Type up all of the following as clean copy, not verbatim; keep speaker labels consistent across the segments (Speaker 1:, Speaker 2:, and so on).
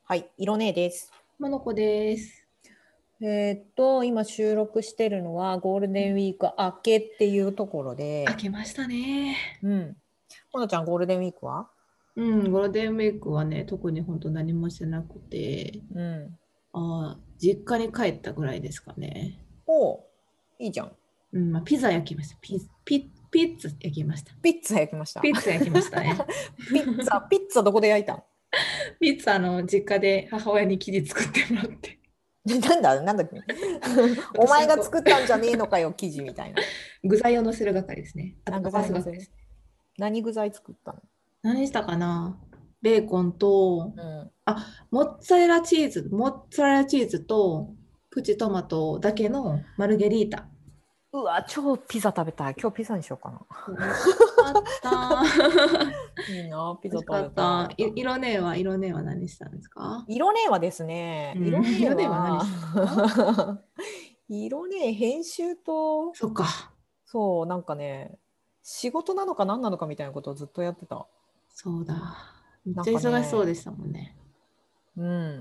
Speaker 1: はい、色ねです。
Speaker 2: まのこです。
Speaker 1: 今収録してるのはゴールデンウィーク明けっていうところで、
Speaker 2: 明けましたね。
Speaker 1: うん。ほのちゃん、ゴールデンウィークは？
Speaker 2: うん、ゴールデンウィークはね、特に本当何もしてなくて、
Speaker 1: うん。
Speaker 2: 実家に帰ったぐらいですかね。
Speaker 1: おう、いいじゃん。
Speaker 2: うん、まあ、ピザ焼きました。ピッツ焼きました。
Speaker 1: ピッツァ焼きました。
Speaker 2: ピッツ焼きましたね。
Speaker 1: ピッツァどこで焼いたん？
Speaker 2: ピッツァの実家で母親に生地作ってもらって。
Speaker 1: なんだっけお前が
Speaker 2: 私はこ
Speaker 1: 作ったんじゃねえのかよ、生地みたいな。
Speaker 2: う、具材を乗せる係ですね。あと、
Speaker 1: 具
Speaker 2: 伸ば
Speaker 1: 材のせる。
Speaker 2: す係です。
Speaker 1: 何具材作ったの？
Speaker 2: 何したかな。ベーコンと、
Speaker 1: うん。
Speaker 2: モッツァレラチーズと、プチトマトだけのマルゲリータ。
Speaker 1: うわ、超ピザ食べたい。今日ピザにしようかな。
Speaker 2: 美味しかった。
Speaker 1: いいな、ピ
Speaker 2: 美味しか
Speaker 1: ザ食べ
Speaker 2: った。
Speaker 1: たい。
Speaker 2: 色ねは何したんですか？
Speaker 1: 色ねはですね、
Speaker 2: うん、
Speaker 1: 色ね
Speaker 2: 色ねは何
Speaker 1: は
Speaker 2: したんですか？
Speaker 1: 色ね、編集と、
Speaker 2: そっか。
Speaker 1: そう、なんかね、仕事なのか何なのかみたいなことをずっとやってた。
Speaker 2: そうだ。めっ
Speaker 1: なんか
Speaker 2: ちゃ忙しそう
Speaker 1: ね、
Speaker 2: でしたもんね。
Speaker 1: うん。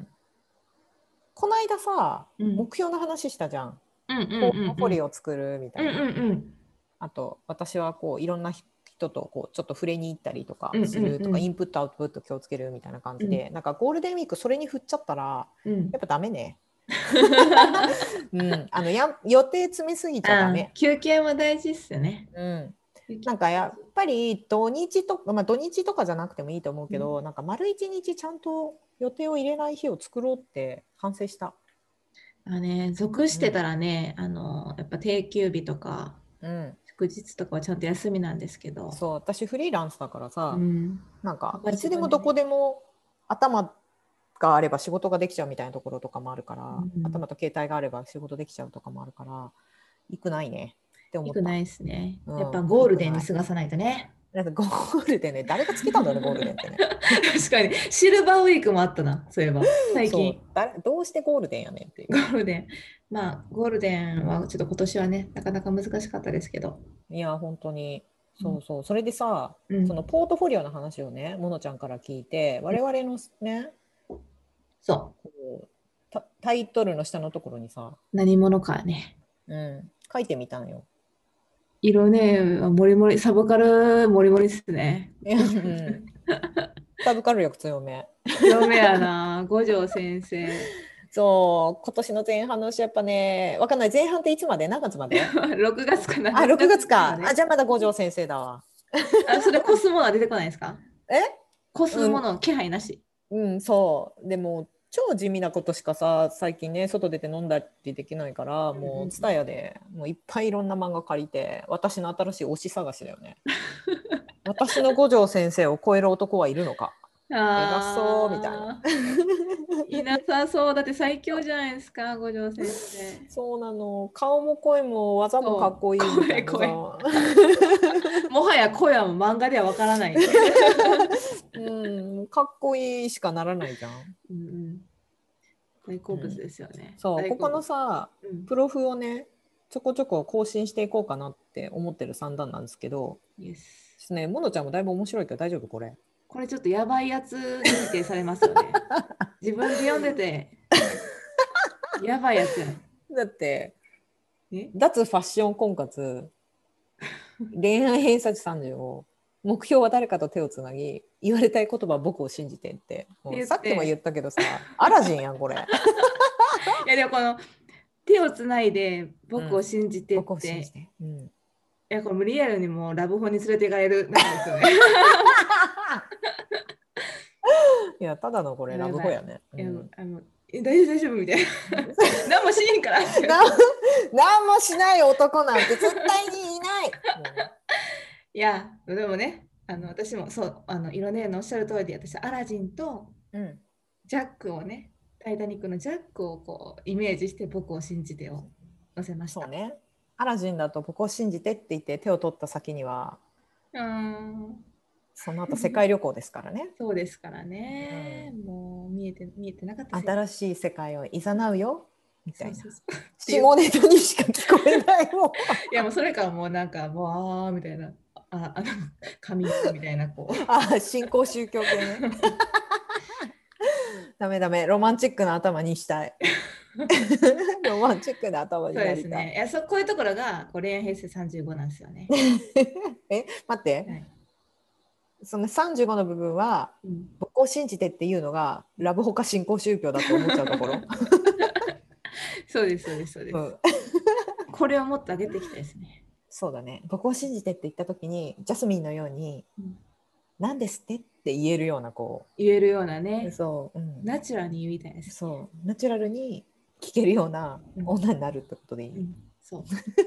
Speaker 1: こないださ、
Speaker 2: うん。
Speaker 1: 目標の話したじゃん。
Speaker 2: うんうん
Speaker 1: ポートフォリ
Speaker 2: うん
Speaker 1: オを作るみ
Speaker 2: うん。
Speaker 1: たいな。
Speaker 2: うんうんうん。
Speaker 1: あと、私はこう、いろんな人とこうちょっと触れに行ったりとか
Speaker 2: うんう
Speaker 1: するとか、イ
Speaker 2: んうん。
Speaker 1: ンプットアウトプット気をつけるみたいな感
Speaker 2: うん
Speaker 1: じで、なんかゴールデンウィークそれに振っちゃったら、
Speaker 2: うん。
Speaker 1: やっぱダメね。うん、予定詰めすぎちゃダメ。
Speaker 2: 休憩も大事っすよね。
Speaker 1: うん、
Speaker 2: 休憩
Speaker 1: なんかやっぱり土日とか、まあ、土日とかじゃなくてもいいと思う
Speaker 2: うん。
Speaker 1: けど、なんか丸一日ちゃんと予定を入れない日を作ろうって反省した。
Speaker 2: 属してた
Speaker 1: うん、
Speaker 2: らね、やっぱ定休日とか、
Speaker 1: うん、
Speaker 2: 祝日とかはちゃんと休みなんですけど、
Speaker 1: そう、私フリーランスだからさ、
Speaker 2: うん。
Speaker 1: なんか
Speaker 2: そこは
Speaker 1: いつでもどこ
Speaker 2: 自分でね。
Speaker 1: でも頭があれば仕事ができちゃうみたいなところとかもあるか
Speaker 2: う
Speaker 1: ら、
Speaker 2: ん。
Speaker 1: 頭と携帯があれば仕事できちゃうとかもあるから、行くないねって思った。
Speaker 2: よくないですね。
Speaker 1: うん、
Speaker 2: やっぱゴールデンに
Speaker 1: 行くない。
Speaker 2: 過ごさないとね。
Speaker 1: なんかゴールデンね、誰がつけたんだろうね、ゴールデンってね。
Speaker 2: 確かに。シルバーウィークもあったな、そういえば。最
Speaker 1: そう、
Speaker 2: 近。
Speaker 1: どうしてゴールデンやねんっていう。
Speaker 2: ゴールデン。まあ、ゴールデンはちょっと今年はね、なかなか難しかったですけど。
Speaker 1: いや、本当に。
Speaker 2: うん。
Speaker 1: そうそう。それでさ、その
Speaker 2: うん。
Speaker 1: ポートフォリオの話をね、ものちゃんから聞いて、我々のね、
Speaker 2: そう。
Speaker 1: こタイトルの下のところにさ、
Speaker 2: 何者かね。
Speaker 1: うん、書いてみたんよ。
Speaker 2: 色ね、もりもり、サブカルもりもりですね。
Speaker 1: いや、うん。サブカル力強め。
Speaker 2: 強めやな、五条先生。
Speaker 1: そう、今年の前半のうちやっぱね、わかんない。前半っていつまで？何月まで？
Speaker 2: 6月かな、
Speaker 1: あ、
Speaker 2: 6
Speaker 1: 6
Speaker 2: 月
Speaker 1: 月か。あ、
Speaker 2: まで。
Speaker 1: じゃあまだ五条先生だわ。
Speaker 2: それ、越すものは出てこないですか？
Speaker 1: え
Speaker 2: 越す
Speaker 1: うん、
Speaker 2: もの、気配なし。
Speaker 1: うん、そう。でも、超地味なことしかさ、最近ね、外出て飲んだりできないから、
Speaker 2: うんうん
Speaker 1: もう、
Speaker 2: うん。
Speaker 1: ツタヤでもういっぱいいろんな漫画借りて、私の新しい推し探しだよね。私の五条先生を超える男はいるのか。偉そうみたいな。
Speaker 2: あいなさそう。だって最強じゃないですか、五条先生。
Speaker 1: そうなの。顔も声も技もかっ
Speaker 2: そう、
Speaker 1: こいいみたいな
Speaker 2: 声。
Speaker 1: さ。
Speaker 2: もはや声はもう漫画ではわからない。
Speaker 1: うん、かっこいいしかならないじゃん。
Speaker 2: うんうん。大好物
Speaker 1: うん、
Speaker 2: ですよね。
Speaker 1: そう、ここの
Speaker 2: 大好物。
Speaker 1: さ、
Speaker 2: うん。
Speaker 1: プロフをね、ちょこちょこ更新していこうかなって思ってる算段なんですけど、
Speaker 2: イエス。
Speaker 1: ですね、モノちゃんもだいぶ面白いけど大丈夫これ？
Speaker 2: これちょっとやばいやつ認定されますよね。自分で読んでて、やばいやつやん。
Speaker 1: だって、
Speaker 2: え
Speaker 1: 脱ファッション婚活、恋愛偏差値30、目標は誰かと手をつなぎ、言われたい言葉は僕を信じてって、もう
Speaker 2: 言っ
Speaker 1: さっきも言っ
Speaker 2: て、
Speaker 1: たけどさ、アラジンやん、これ。
Speaker 2: いやでもこの手をつないで
Speaker 1: うん、
Speaker 2: 僕を信じてっ
Speaker 1: 僕を信じ
Speaker 2: て、
Speaker 1: て。うん、
Speaker 2: いやこれもリアルにもうラブホに連れていかれるなんかですよね。
Speaker 1: いや、ただのこれラ
Speaker 2: やばいやばい。
Speaker 1: ブホやね。う
Speaker 2: いや
Speaker 1: ん、
Speaker 2: 大丈夫大丈夫みたいな。何もしへんからって。
Speaker 1: なんもしない男なんて絶対にいない。
Speaker 2: いや、でもね、私もそう、色ねのおっしゃる通りで、私、アラジンと
Speaker 1: うん、
Speaker 2: ジャックをね、タイタニックのジャックをこうイメージして僕を信じてを載せました。
Speaker 1: そうね。アラジンだと僕を信じてって言って手を取った先には、
Speaker 2: うーん。
Speaker 1: その後世界旅行ですからね。
Speaker 2: そうですから
Speaker 1: う
Speaker 2: ね。
Speaker 1: ん、
Speaker 2: もう見えてなかった世界。
Speaker 1: 新しい世界をいざなうよみたいな。
Speaker 2: そうそうそう。っていう。
Speaker 1: 下ネタにしか聞こえないもん。
Speaker 2: いやもうそれかもうなんかもうみたいな。神みたいなこう。
Speaker 1: あ、新興宗教系ね。 ダメダメ、ロマンチックな頭にしたい。ロマンチックな頭になりたい。
Speaker 2: そうですね。いやこういうところが恋愛平成35なんですよね。
Speaker 1: 待って、はい、その35の部分は、僕を信じてっていうのがラブホか新興宗教だと思っちゃうところ。
Speaker 2: そうですそうですそうです。これをもっと上げていきたいですね。
Speaker 1: そうだね。僕を信じてって言った時にジャスミンのように、なんですってって言えるような
Speaker 2: 言えるようなね。
Speaker 1: そう、
Speaker 2: ナチュラルに言いたいです、ね。
Speaker 1: そうナチュラルに聞けるような女になるってことでいい。そう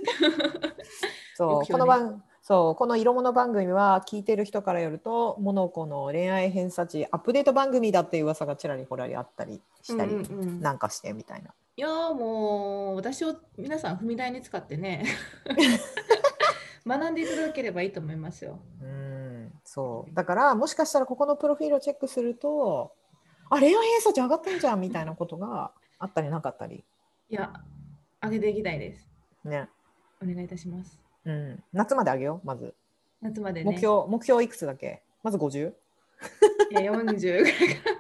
Speaker 1: そう、この色物番組は聞いてる人からよるとモノコの恋愛偏差値アップデート番組だっていう噂がちらりほらりあったりしたりなんかしてみたいな。
Speaker 2: いやもう私を皆さん踏み台に使ってね学んでいただければいいと思いますよ。
Speaker 1: そうだからもしかしたらここのプロフィールをチェックすると恋愛偏差値上がったんじゃんみたいなことがあったりなかったり。
Speaker 2: いや上げていきたいです
Speaker 1: ね。
Speaker 2: お願いいたします。
Speaker 1: 夏まで上げよう。まず
Speaker 2: 夏までね。
Speaker 1: 目標いくつだっけ？まず 50？
Speaker 2: 40ぐらいか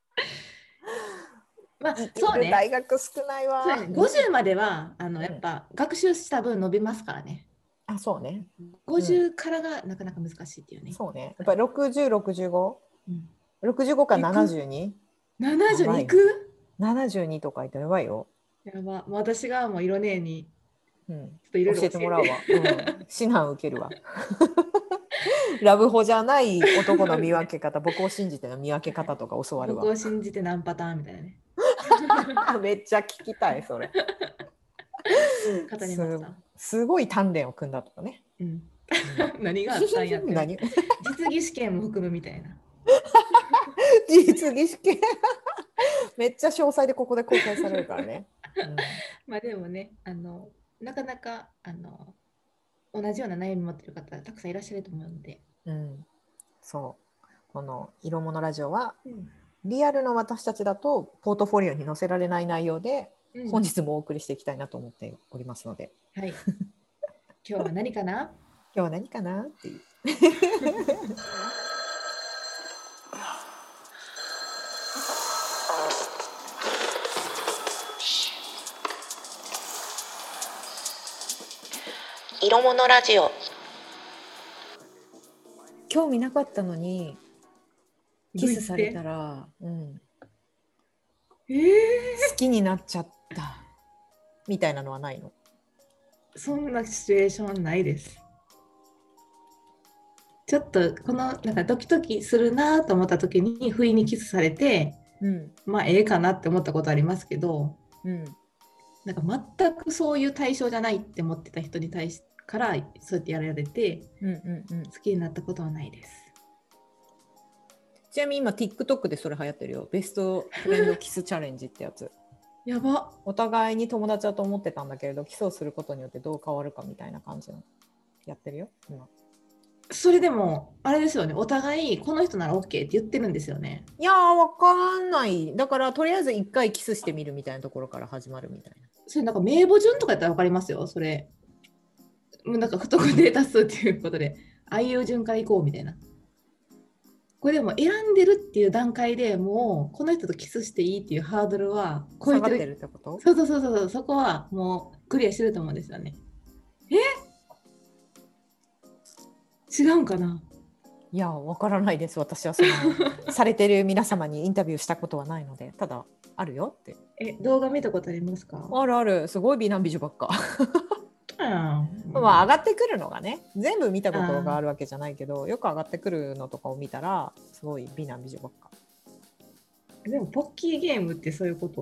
Speaker 2: まあそうね、
Speaker 1: 大学少ないわ。
Speaker 2: そうね、50まではやっぱ学習した分伸びますからね。
Speaker 1: そうね。
Speaker 2: 50からがなかなか難しいっていうね。
Speaker 1: そうね。やっぱり60、65、65から72。
Speaker 2: 72いく
Speaker 1: ？72とか言ってやばいよ。
Speaker 2: やば。私がもう色ねえに
Speaker 1: ちょっといろいろ教えてもらうわ。指南受けるわ。ラブホじゃない男の見分け方、僕を信じての見分け方とか教わるわ。
Speaker 2: 僕を信じて何パターンみたいなね。
Speaker 1: めっちゃ聞きたいそれ。
Speaker 2: 語りました。
Speaker 1: すごい鍛錬を組んだとかね。
Speaker 2: 何があったんやって。実技試験も含むみたいな。
Speaker 1: 実技試験めっちゃ詳細でここで公開されるからね。
Speaker 2: まあでもねなかなか同じような悩み持ってる方たくさんいらっしゃると思うので、
Speaker 1: そうこの色物ラジオは、リアルの私たちだとポートフォリオに載せられない内容で、本日もお送りしていきたいなと思っておりますので、
Speaker 2: はい、今日は何かな
Speaker 1: 今日は何かなっていう色物ラジオ。興味なかったのにキスされたら、好きになっちゃったみたいなのはないの？
Speaker 2: そんなシチュエーションないです。ちょっとこのなんかドキドキするなと思った時に不意にキスされて、まあええかなって思ったことありますけど、なんか全くそういう対象じゃないって思ってた人に対してからそうやってやられて、好きになったことはないです。
Speaker 1: ちなみに今 TikTok でそれ流行ってるよ。ベストフレンドキスチャレンジってやつ。
Speaker 2: やば。
Speaker 1: お互いに友達だと思ってたんだけれどキスをすることによってどう変わるかみたいな感じのやってるよ今。
Speaker 2: それでもあれですよね、お互いこの人なら OK って言ってるんですよね。
Speaker 1: いやーわかんない。だからとりあえず一回キスしてみるみたいなところから始まるみたいな。
Speaker 2: それなんか名簿順とかやったら分かりますよ。それもうなんか不特定多数っていうことで愛用順から行こうみたいな。これでも選んでるっていう段階でもうこの人とキスしていいっていうハードルは超えてる
Speaker 1: ってこと？
Speaker 2: そうそこはもうクリアしてると思うんですよね。違うんかな。
Speaker 1: いやわからないです。私はそのされてる皆様にインタビューしたことはないので、ただあるよって。
Speaker 2: 動画見たことありますか？
Speaker 1: あるある。すごい美男美女ばっか。まあ上がってくるのがね、全部見たことがあるわけじゃないけど、よく上がってくるのとかを見たらすごい美男美女ばっか。
Speaker 2: でもポッキーゲームってそういうこと？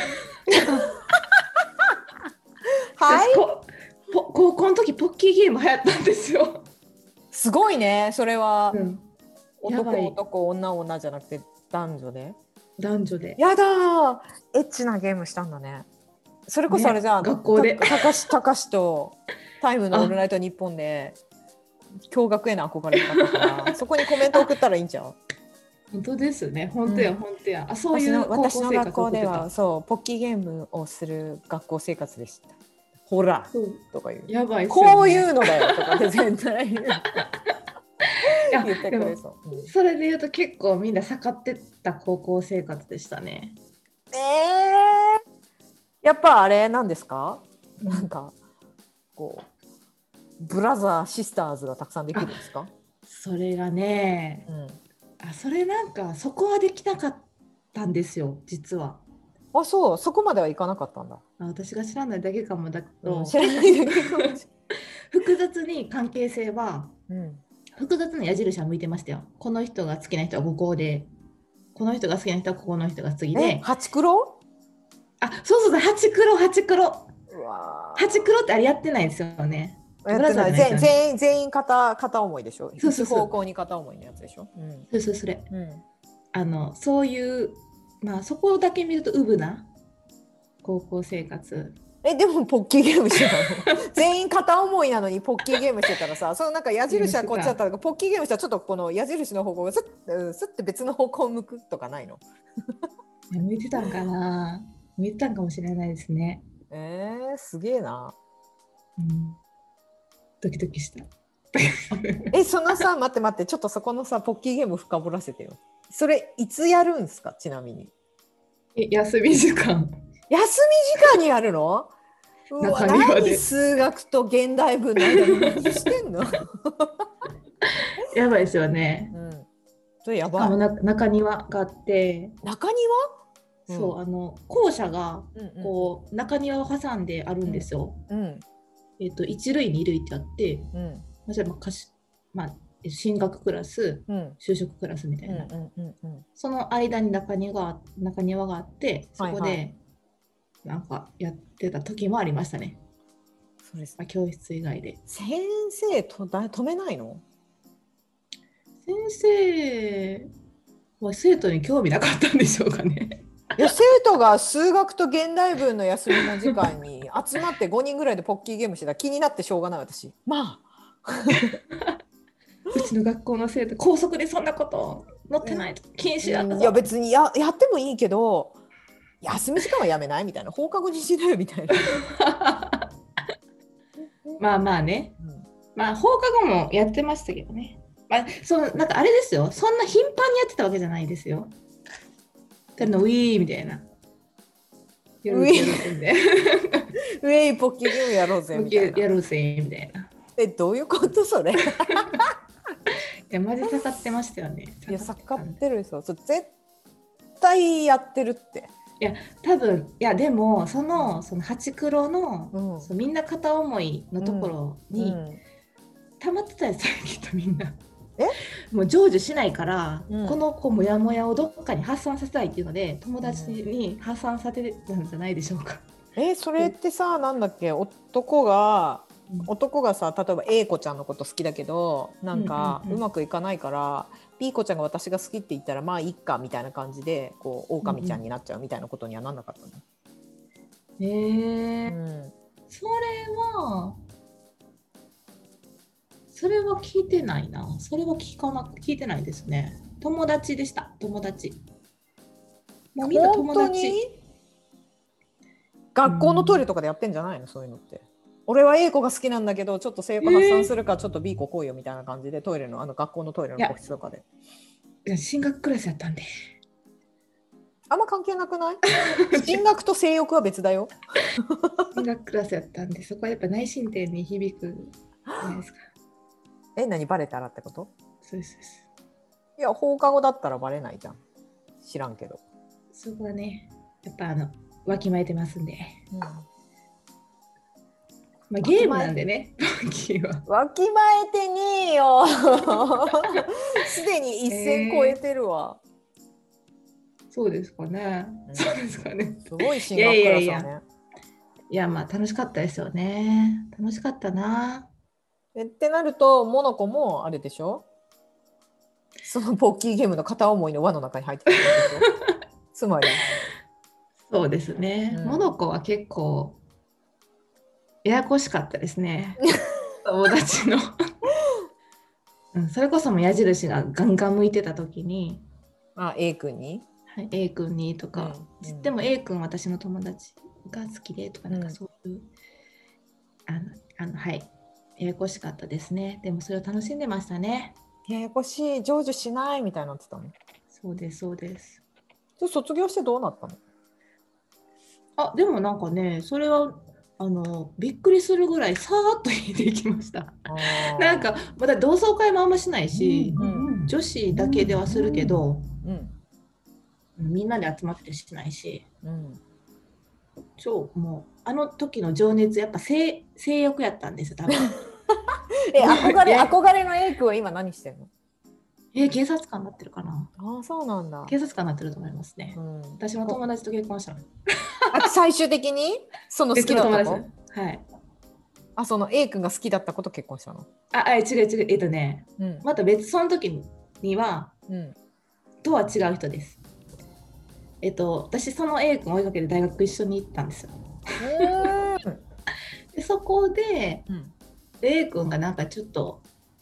Speaker 1: はい。
Speaker 2: 高校の時ポッキーゲーム流行ったんですよ。
Speaker 1: すごいね。それは、男女じゃなくて男女で。やだー、エッチなゲームしたんだね。それこそあれじゃん、
Speaker 2: 学校で
Speaker 1: たかしとタイムのオールナイトニッポンで驚愕への憧れだったからそこにコメント送ったらいいんちゃう？
Speaker 2: 本当ですね。本当や。そういう
Speaker 1: 私の学校ではそうポッキーゲームをする学校生活でした。ほらとか言う。
Speaker 2: やばいっす
Speaker 1: よね。こういうのだよとかで絶対言う。
Speaker 2: 言ってくれそう。それで言うと結構みんな盛ってった高校生活でしたね。
Speaker 1: やっぱあれなんですか？なんかこうブラザーシスターズがたくさんできるんですか？
Speaker 2: それがね、それなんかそこはできなかったんですよ実は。
Speaker 1: そう、そこまではいかなかったんだ。
Speaker 2: 私が知らないだけかもだけど、
Speaker 1: 知らないだけかも
Speaker 2: 複雑に関係性は、複雑な矢印は向いてましたよ。この人が好きな人はここで、この人が好きな人はここの人が次で。
Speaker 1: ハチクロ？
Speaker 2: そうハチクロ。ハチクロってあれやってないですよね。
Speaker 1: やってない。全員片思いでしょ。一方向に片思いのやつでしょ。
Speaker 2: それ。そういうそこだけ見るとウブな高校生活。
Speaker 1: でもポッキーゲームしてたの？全員片思いなのにポッキーゲームしてたらさ、そのなんか矢印はこっちだったらポッキーゲームしたらちょっとこの矢印の方向がスッて別の方向を向くとかないの？
Speaker 2: 向いてたんかな？向いてたんかもしれないですね。
Speaker 1: すげえな。
Speaker 2: ドキドキした。
Speaker 1: そのさ、待ってちょっとそこのさポッキーゲーム深掘らせてよ。それいつやるんですか？ちなみに。
Speaker 2: 休み時間。
Speaker 1: 休み時間にやるの？何数学と現代文の間に何してんの？
Speaker 2: やばいですよね。
Speaker 1: それやばい。
Speaker 2: 中庭があって。
Speaker 1: 中庭？
Speaker 2: そう校舎がこう中庭を挟んであるんですよ。1類2類ってあって、進学クラス、就職クラスみたいな、その間に中庭があって、そこでなんかやってた時もありましたね。そうです。教室以外で。
Speaker 1: 先生止めないの？
Speaker 2: 先生は生徒に興味なかったんでしょうかね。
Speaker 1: いや、生徒が数学と現代文の休みの時間に集まって5人ぐらいでポッキーゲームしてたら気になってしょうがない私。
Speaker 2: うちの学校の生徒校則でそんなこと載ってないと禁止だったぞ。
Speaker 1: いや別に やってもいいけど休み時間はやめないみたいな、放課後にしないみたいな。
Speaker 2: まあね、放課後もやってましたけどね。なんかあれですよ、そんな頻繁にやってたわけじゃないですよ。ウィーみたいな。ウィ
Speaker 1: ーポッキーゲームやろうぜみたいな。
Speaker 2: やろうぜみたいな。
Speaker 1: どういうことそれ？い
Speaker 2: やマジ盛ってましたよね。
Speaker 1: いや盛ってるそう絶対やってるって。
Speaker 2: いや多分でもそのハチクロの、みんな片思いのところに、溜まってたやつきっとみんな。もう成就しないから、このモヤモヤをどっかに発散させたいっていうので友達に発散させたんじゃないでしょうか。
Speaker 1: それってさ、なんだっけ、男がさ、例えば A 子ちゃんのこと好きだけどなんかうまくいかないから、B 子ちゃんが私が好きって言ったらまあいいかみたいな感じでこう狼ちゃんになっちゃうみたいなことにはなんなかったの？
Speaker 2: それは聞いてないな。それは聞いてないですね。友達でした。友達。
Speaker 1: もうみんな友達。本当に？学校のトイレとかでやってんじゃないの？そういうのって。俺は A 子が好きなんだけどちょっと性欲発散するからちょっと B 子来いよみたいな感じでトイレの学校のトイレの個室とかで。
Speaker 2: いや進学クラスやったんで。
Speaker 1: あんま関係なくない？進学と性欲は別だよ。
Speaker 2: 進学クラスやったんでそこはやっぱ内申点に響くじゃないですか。
Speaker 1: 何バレたらってこと？
Speaker 2: そうです。
Speaker 1: いや放課後だったらバレないじゃん。知らんけど。
Speaker 2: そこはねやっぱわきまえてますんで。ゲームなんでね。
Speaker 1: わきまえてねえよ。すでに一線超えてるわ。
Speaker 2: そうですかね。そうですかね。
Speaker 1: すごい進学クラスだね。
Speaker 2: いや楽しかったですよね。楽しかったな。
Speaker 1: ってなるとモノコもあれでしょ？そのポッキーゲームの片思いの輪の中に入ってるでしょ？つまり
Speaker 2: そうですね、モノコは結構ややこしかったですね。友達の、それこそも矢印がガンガン向いてた時に
Speaker 1: A 君に、
Speaker 2: A 君にとか、でも A 君私の友達が好きでとかなんかそういうややこしかったですね。でもそれを楽しんでましたね。
Speaker 1: ややこしい、成就しないみたいになってたの。
Speaker 2: そうですそうです。
Speaker 1: 卒業してどうなったの？
Speaker 2: でもなんかね、それはびっくりするぐらいさーっと入れていきました。なんかまだ同窓会もあんましないし、女子だけではするけど、みんなで集まってしないし、もうあの時の情熱やっぱ性欲やったんですよ多分。
Speaker 1: 憧れの A 君は今何してんの？
Speaker 2: 警察官になってるかな。
Speaker 1: そうなんだ。
Speaker 2: 警察官になってると思いますね。私も友達と結婚したの。
Speaker 1: 最終的にその好きだった子？
Speaker 2: はい。
Speaker 1: その A 君が好きだった子と結婚したの？
Speaker 2: 違う。また別、その時には、とは違う人です。私その A 君を追いかけて大学一緒に行ったんですよ。でそこで、A 君がなんかちょっと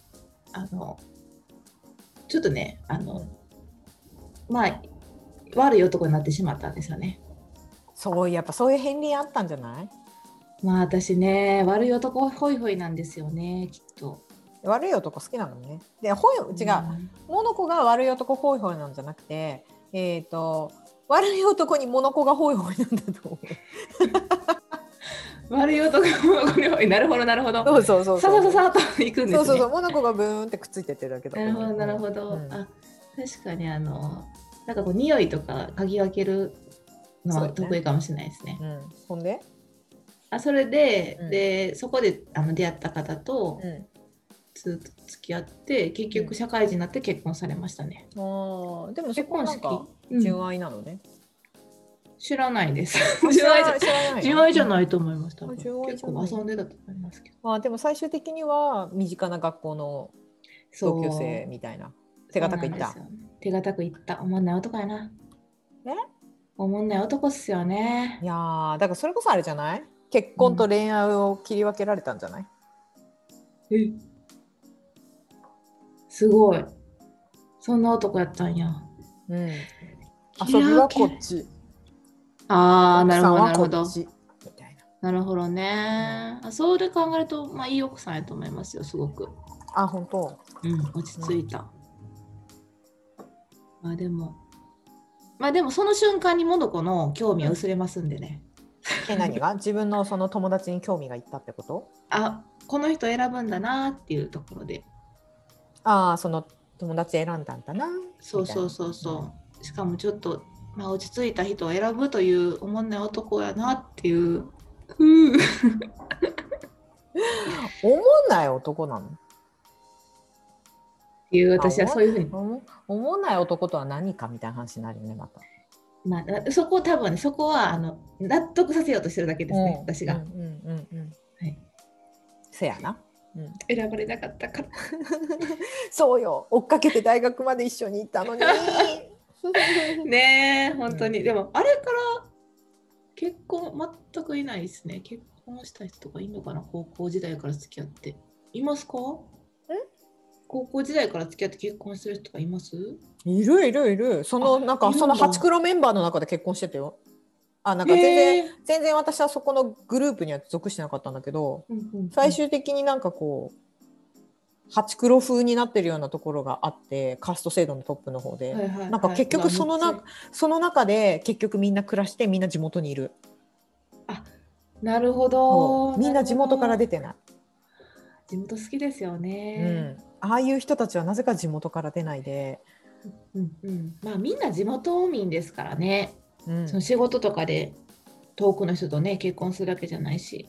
Speaker 2: ねまあ悪い男になってしまったんですよね。
Speaker 1: やっぱそういう片鱗あったんじゃない？
Speaker 2: 私ね、悪い男ホイホイなんですよね、きっと。
Speaker 1: 悪い男好きなのね。で、違う、モノコが悪い男ホイホイなんじゃなくて、悪い男にモノコがホイホイなんだと思う。
Speaker 2: 悪い男がモノコにホイ、なるほどなるほど。そう。さと行くんですね。
Speaker 1: そう、モノコがブーンってくっついてってるだけだ。
Speaker 2: なるほど。確かになんかこう匂いとか嗅ぎ分けるのは得意かもしれないですね。
Speaker 1: ほんで？
Speaker 2: それで、そこで出会った方とずっと付き合って、結局社会人になって結婚されましたね。
Speaker 1: でも結婚式純愛なのね。
Speaker 2: 知らないです。純愛じゃないと思いました。結構遊んでたと思いますけど。
Speaker 1: でも最終的には身近な学校の同級生みたいな。手堅くいった。
Speaker 2: 手堅くいった。おもんない男やな。おもんない男っすよね。
Speaker 1: いやだからそれこそあれじゃない？結婚と恋愛を切り分けられたんじゃない？
Speaker 2: すごい。そんな男やったんや。
Speaker 1: 遊びはこっち。
Speaker 2: なるほどなるほど。なるほどね。それ考えるといい奥さんやと思いますよ、すごく。
Speaker 1: 本当？
Speaker 2: 落ち着いた。でもその瞬間にモノコの興味は薄れますんでね。
Speaker 1: 何が？自分のその友達に興味がいったってこと？
Speaker 2: この人選ぶんだなっていうところで。
Speaker 1: その友達選んだんだな。
Speaker 2: そう。しかもちょっと、落ち着いた人を選ぶというおもんない男やなっていう。
Speaker 1: おもんない男なの？
Speaker 2: っていう、私はそういうふうに。
Speaker 1: おもんない男とは何かみたいな話になるよね、また。
Speaker 2: そこ多分ね、そこは納得させようとしてるだけですね、私が。
Speaker 1: せやな。
Speaker 2: 選ばれなかったから。
Speaker 1: そうよ、追っかけて大学まで一緒に行ったのに。
Speaker 2: ねえ、本当に。でもあれから結婚全くいないですね。結婚した人とかいいのかな、高校時代から付き合って。いますか？高校時代から付き合って結婚してる人とかいます？
Speaker 1: いる。そのハチクロメンバーの中で結婚してたよ。全然私はそこのグループには属してなかったんだけど、最終的にハチクロ風になってるようなところがあって、カースト制度のトップの方で、結局その中で結局みんな暮らしてみんな地元にいる。
Speaker 2: なるほど。
Speaker 1: みんな地元から出てない。
Speaker 2: 地元好きですよね。
Speaker 1: ああいう人たちはなぜか地元から出ないで、
Speaker 2: みんな地元民ですからね。その仕事とかで遠くの人とね結婚するわけじゃないし、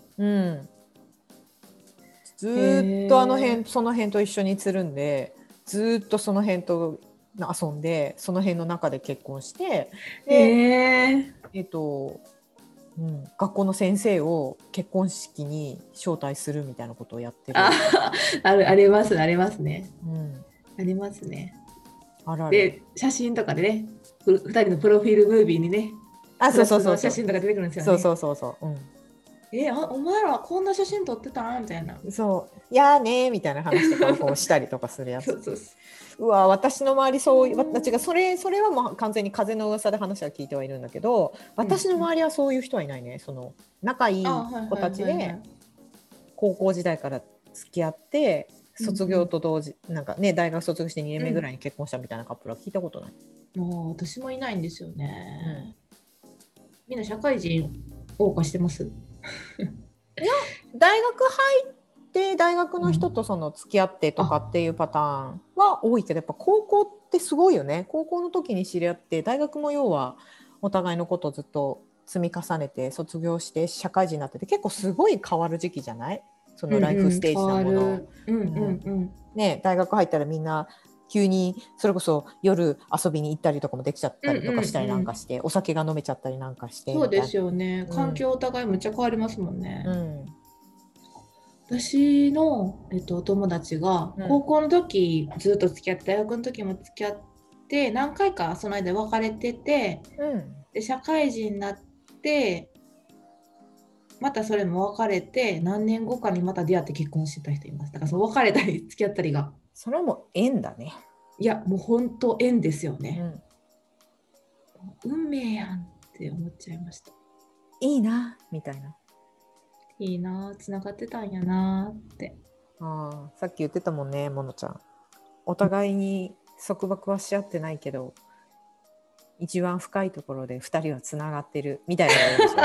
Speaker 1: ずっとその辺と一緒につるんで、ずっとその辺と遊んで、その辺の中で結婚して、学校の先生を結婚式に招待するみたいなことをやってる。
Speaker 2: ありますね。ありますね。で写真とかでね、2人のプロフィールムービーにね、そう写真とか出てくるんですよね。
Speaker 1: そう。
Speaker 2: お前らこんな写真撮ってたみたいな。
Speaker 1: そういやねみたいな話とかをこうしたりとかするやつ。うわ、私の周りそれはもう完全に風の噂で話は聞いてはいるんだけど、私の周りはそういう人はいないね。その仲いい子たちで高校時代から付き合って卒業と同時、なんかね、大学卒業して2年目ぐらいに結婚したみたいなカップルは聞いたことない。
Speaker 2: もう私もいないんですよね。みんな社会人謳歌してます？い
Speaker 1: や、大学入って大学の人とその付き合ってとかっていうパターンは多いけど、やっぱ高校ってすごいよね。高校の時に知り合って大学も要はお互いのことをずっと積み重ねて卒業して社会人になってて、結構すごい変わる時期じゃない？そのライフステージなもの。ね、大学入ったらみんな急にそれこそ夜遊びに行ったりとかもできちゃったりとかしたりなんかして、お酒が飲めちゃったりなんかして
Speaker 2: そうですよね。環境お互いむっちゃ変わりますもんね。私の、お友達が高校の時ずっと付き合って、大学の時も付き合って何回かその間別れてて、で社会人になってまたそれも別れて何年後かにまた出会って結婚してた人います。だからその別れたり付き合ったりが、
Speaker 1: それはもう縁だね。
Speaker 2: いやもう本当縁ですよね、運命やんって思っちゃいました。
Speaker 1: いいなみたいな。
Speaker 2: いいな、つながってたんやなって。
Speaker 1: さっき言ってたもんね、ものちゃん。お互いに束縛はし合ってないけど、一番深いところで2人はつながってるみたいなことでし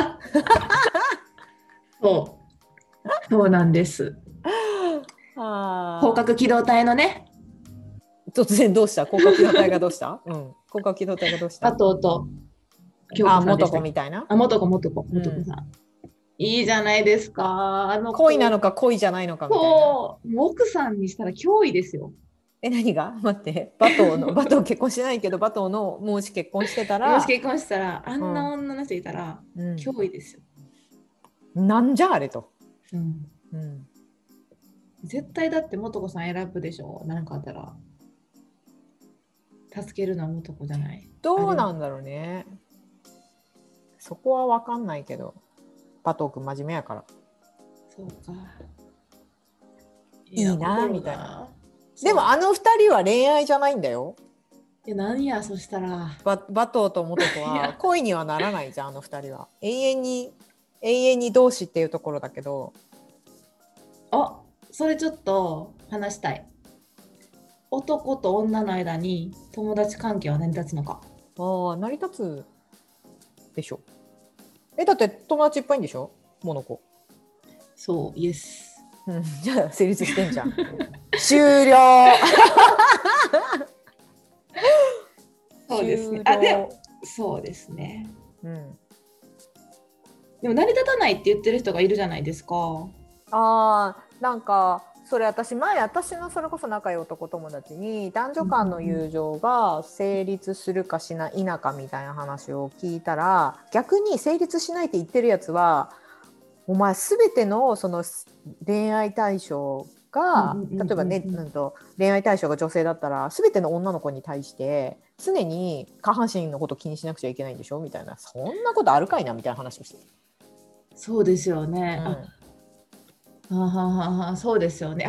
Speaker 2: ょ。そうなんです。広角機動隊のね。
Speaker 1: 突然どうした？広角機動隊がどうした？広角機動隊がどうした？
Speaker 2: あと京子さんでしたっけ？
Speaker 1: 元子みたいな。
Speaker 2: 元子さん。いいじゃないですか。
Speaker 1: 恋なのか恋じゃないのかみたいな。
Speaker 2: 奥さんにしたら脅威ですよ。
Speaker 1: 何が？待って、バトー結婚してないけど、バトーのもし結婚してたら、
Speaker 2: あんな女の人いたら、脅威ですよ。
Speaker 1: なんじゃあれと。
Speaker 2: 絶対だって元子さん選ぶでしょ。何かあったら。助けるのは元子じゃない。
Speaker 1: どうなんだろうね。そこは分かんないけど、バトー君真面目やから。
Speaker 2: そうか。
Speaker 1: いいなみたいな。でもあの2人は恋愛じゃないんだよ。
Speaker 2: 何やそしたら
Speaker 1: バトーと元子は恋にはならないじゃん。あの2人は永遠に同志っていうところだけど。
Speaker 2: それちょっと話したい。男と女の間に友達関係は成り立つのか。
Speaker 1: 成り立つでしょ。だって友達いっぱいいんでしょ、モノコ。
Speaker 2: そう、イエス。
Speaker 1: じゃあ成立してんじゃん。終了。
Speaker 2: そうですね。でもそうですね。でも成り立たないって言ってる人がいるじゃないですか。
Speaker 1: なんかそれ私のそれこそ仲良い男友達に男女間の友情が成立するかしない否かみたいな話を聞いたら、逆に成立しないって言ってるやつは、お前全てのその恋愛対象が、例えばね、恋愛対象が女性だったら全ての女の子に対して常に下半身のこと気にしなくちゃいけないんでしょみたいな、そんなことあるかいなみたいな話をして。
Speaker 2: そうですよね。そうですよね。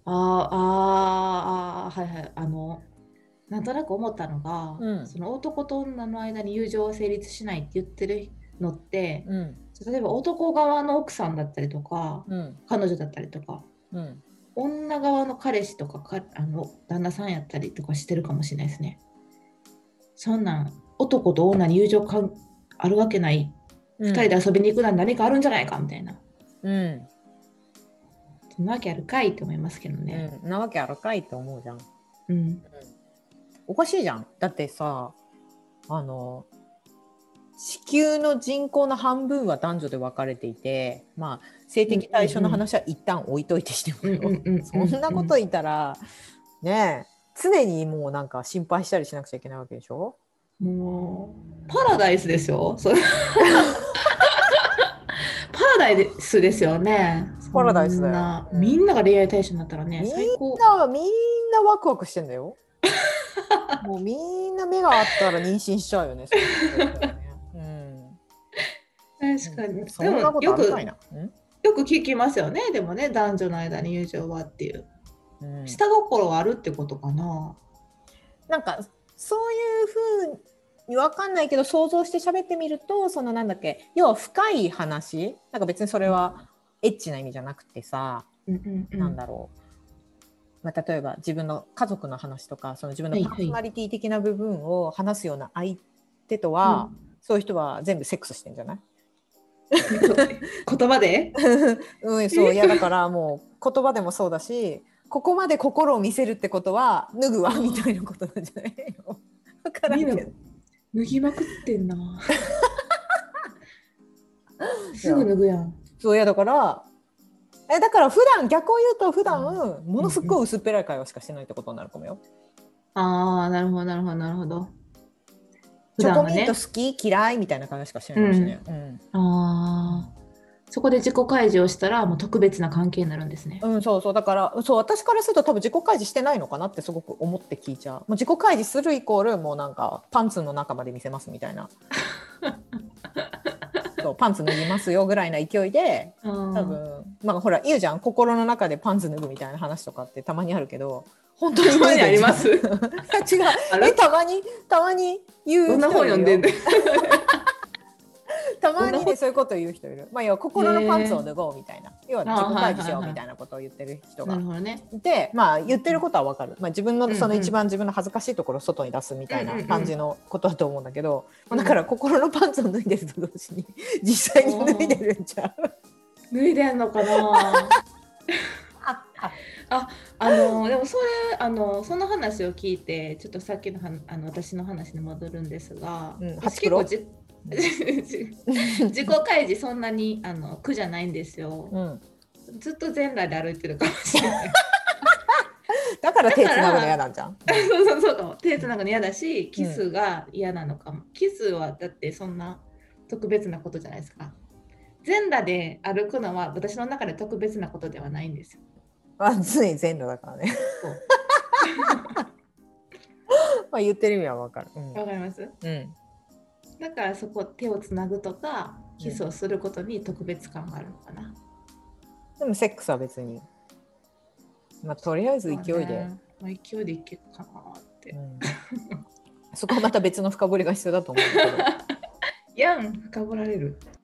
Speaker 2: はいはい。なんとなく思ったのが、その男と女の間に友情は成立しないって言ってるのって、例えば男側の奥さんだったりとか、彼女だったりとか、女側の彼氏とか旦那さんやったりとかしてるかもしれないですね。そんなん男と女に友情あるわけない、2人で遊びに行くなんて何かあるんじゃないかみたいな。そんなわけあるかいって思いますけどね。
Speaker 1: なわけあるかいって思うじゃん。おかしいじゃん。だってさ、地球の人口の半分は男女で分かれていて、性的対象の話は一旦置いといてしてもそんなこと言ったらね、常にもうなんか心配したりしなくちゃいけないわけでしょ。
Speaker 2: もうパラダイスですよ。パラダイスですよね。
Speaker 1: パラダイスだよ。
Speaker 2: みんなが恋愛対象になったらね、最高。
Speaker 1: みんなワクワクしてんだよ。もうみんな目があったら妊娠しちゃうよね。
Speaker 2: 確かに。
Speaker 1: そんなことあるかいな。
Speaker 2: よく聞きますよね。でもね、男女の間に友情はっていう。下心はあるってことかな。
Speaker 1: なんかそういう風に分かんないけど想像して喋ってみると、そのなんだっけ、要は深い話、なんか別にそれはエッチな意味じゃなくてさ、なんだろう、 まあ、例えば自分の家族の話とかその自分のパーソナリティ的な部分を話すような相手とは、そういう人は全部セックスしてんじゃない？
Speaker 2: 言葉で
Speaker 1: うん、そう。いやだからもう言葉でもそうだし、ここまで心を見せるってことは脱ぐわみたいなことなんじゃないの？分からんけど
Speaker 2: 脱ぎまくってんなすぐ脱ぐやん。
Speaker 1: そう。いやだから普段逆を言うと普段ものすごい薄っぺらい会話しかしてないってことになるかもよ。
Speaker 2: ああ、なるほどなるほどなるほど。
Speaker 1: チョコミント好き嫌いみたいな会話しかしてないかもしれない。
Speaker 2: ああ、そこで自己開示をしたらもう特別な関係になるんですね。
Speaker 1: そうそう。だからそう、私からすると多分自己開示してないのかなってすごく思って聞いちゃう。もう自己開示するイコールもうなんかパンツの中まで見せますみたいなそう、パンツ脱ぎますよぐらいな勢いで多分、まあほら言うじゃん、心の中でパンツ脱ぐみたいな話とかってたまにあるけど、本当に
Speaker 2: あります？違う。
Speaker 1: たまに言う人いるよ。
Speaker 2: どんな本読んでんの？
Speaker 1: たまにね、そういうこと言う人いる。まあ要は心のパンツを脱ごうみたいな、要は自己開示しようみたいなことを言ってる人がいて、まあ言ってることはわかる。まあ自分のその一番自分の恥ずかしいところを外に出すみたいな感じのことだと思うんだけど、だから心のパンツを脱いでると同時に実際に脱いでるんちゃう？
Speaker 2: 脱いでんのかなでもその話を聞いてちょっとさっきの私の話に戻るんですが、私結構自己開示そんなに苦じゃないんですよ、ずっと全裸で歩いてるかもしれない
Speaker 1: だから手つなぐの嫌なんじゃん。
Speaker 2: そうかも。手つなぐの嫌だし、キスが嫌なのかも。キスはだってそんな特別なことじゃないですか。全裸で歩くのは私の中で特別なことではないんですよ。
Speaker 1: つい全裸だからねまあ言ってる意味は分かる。
Speaker 2: わかります？だからそこ手をつなぐとかキスをすることに特別感があるのかな。
Speaker 1: でもセックスは別に、まあ、とりあえず勢いで、
Speaker 2: 勢いでいけるかなって、
Speaker 1: そこはまた別の深掘りが必要だと思うけど
Speaker 2: やん、深掘られる。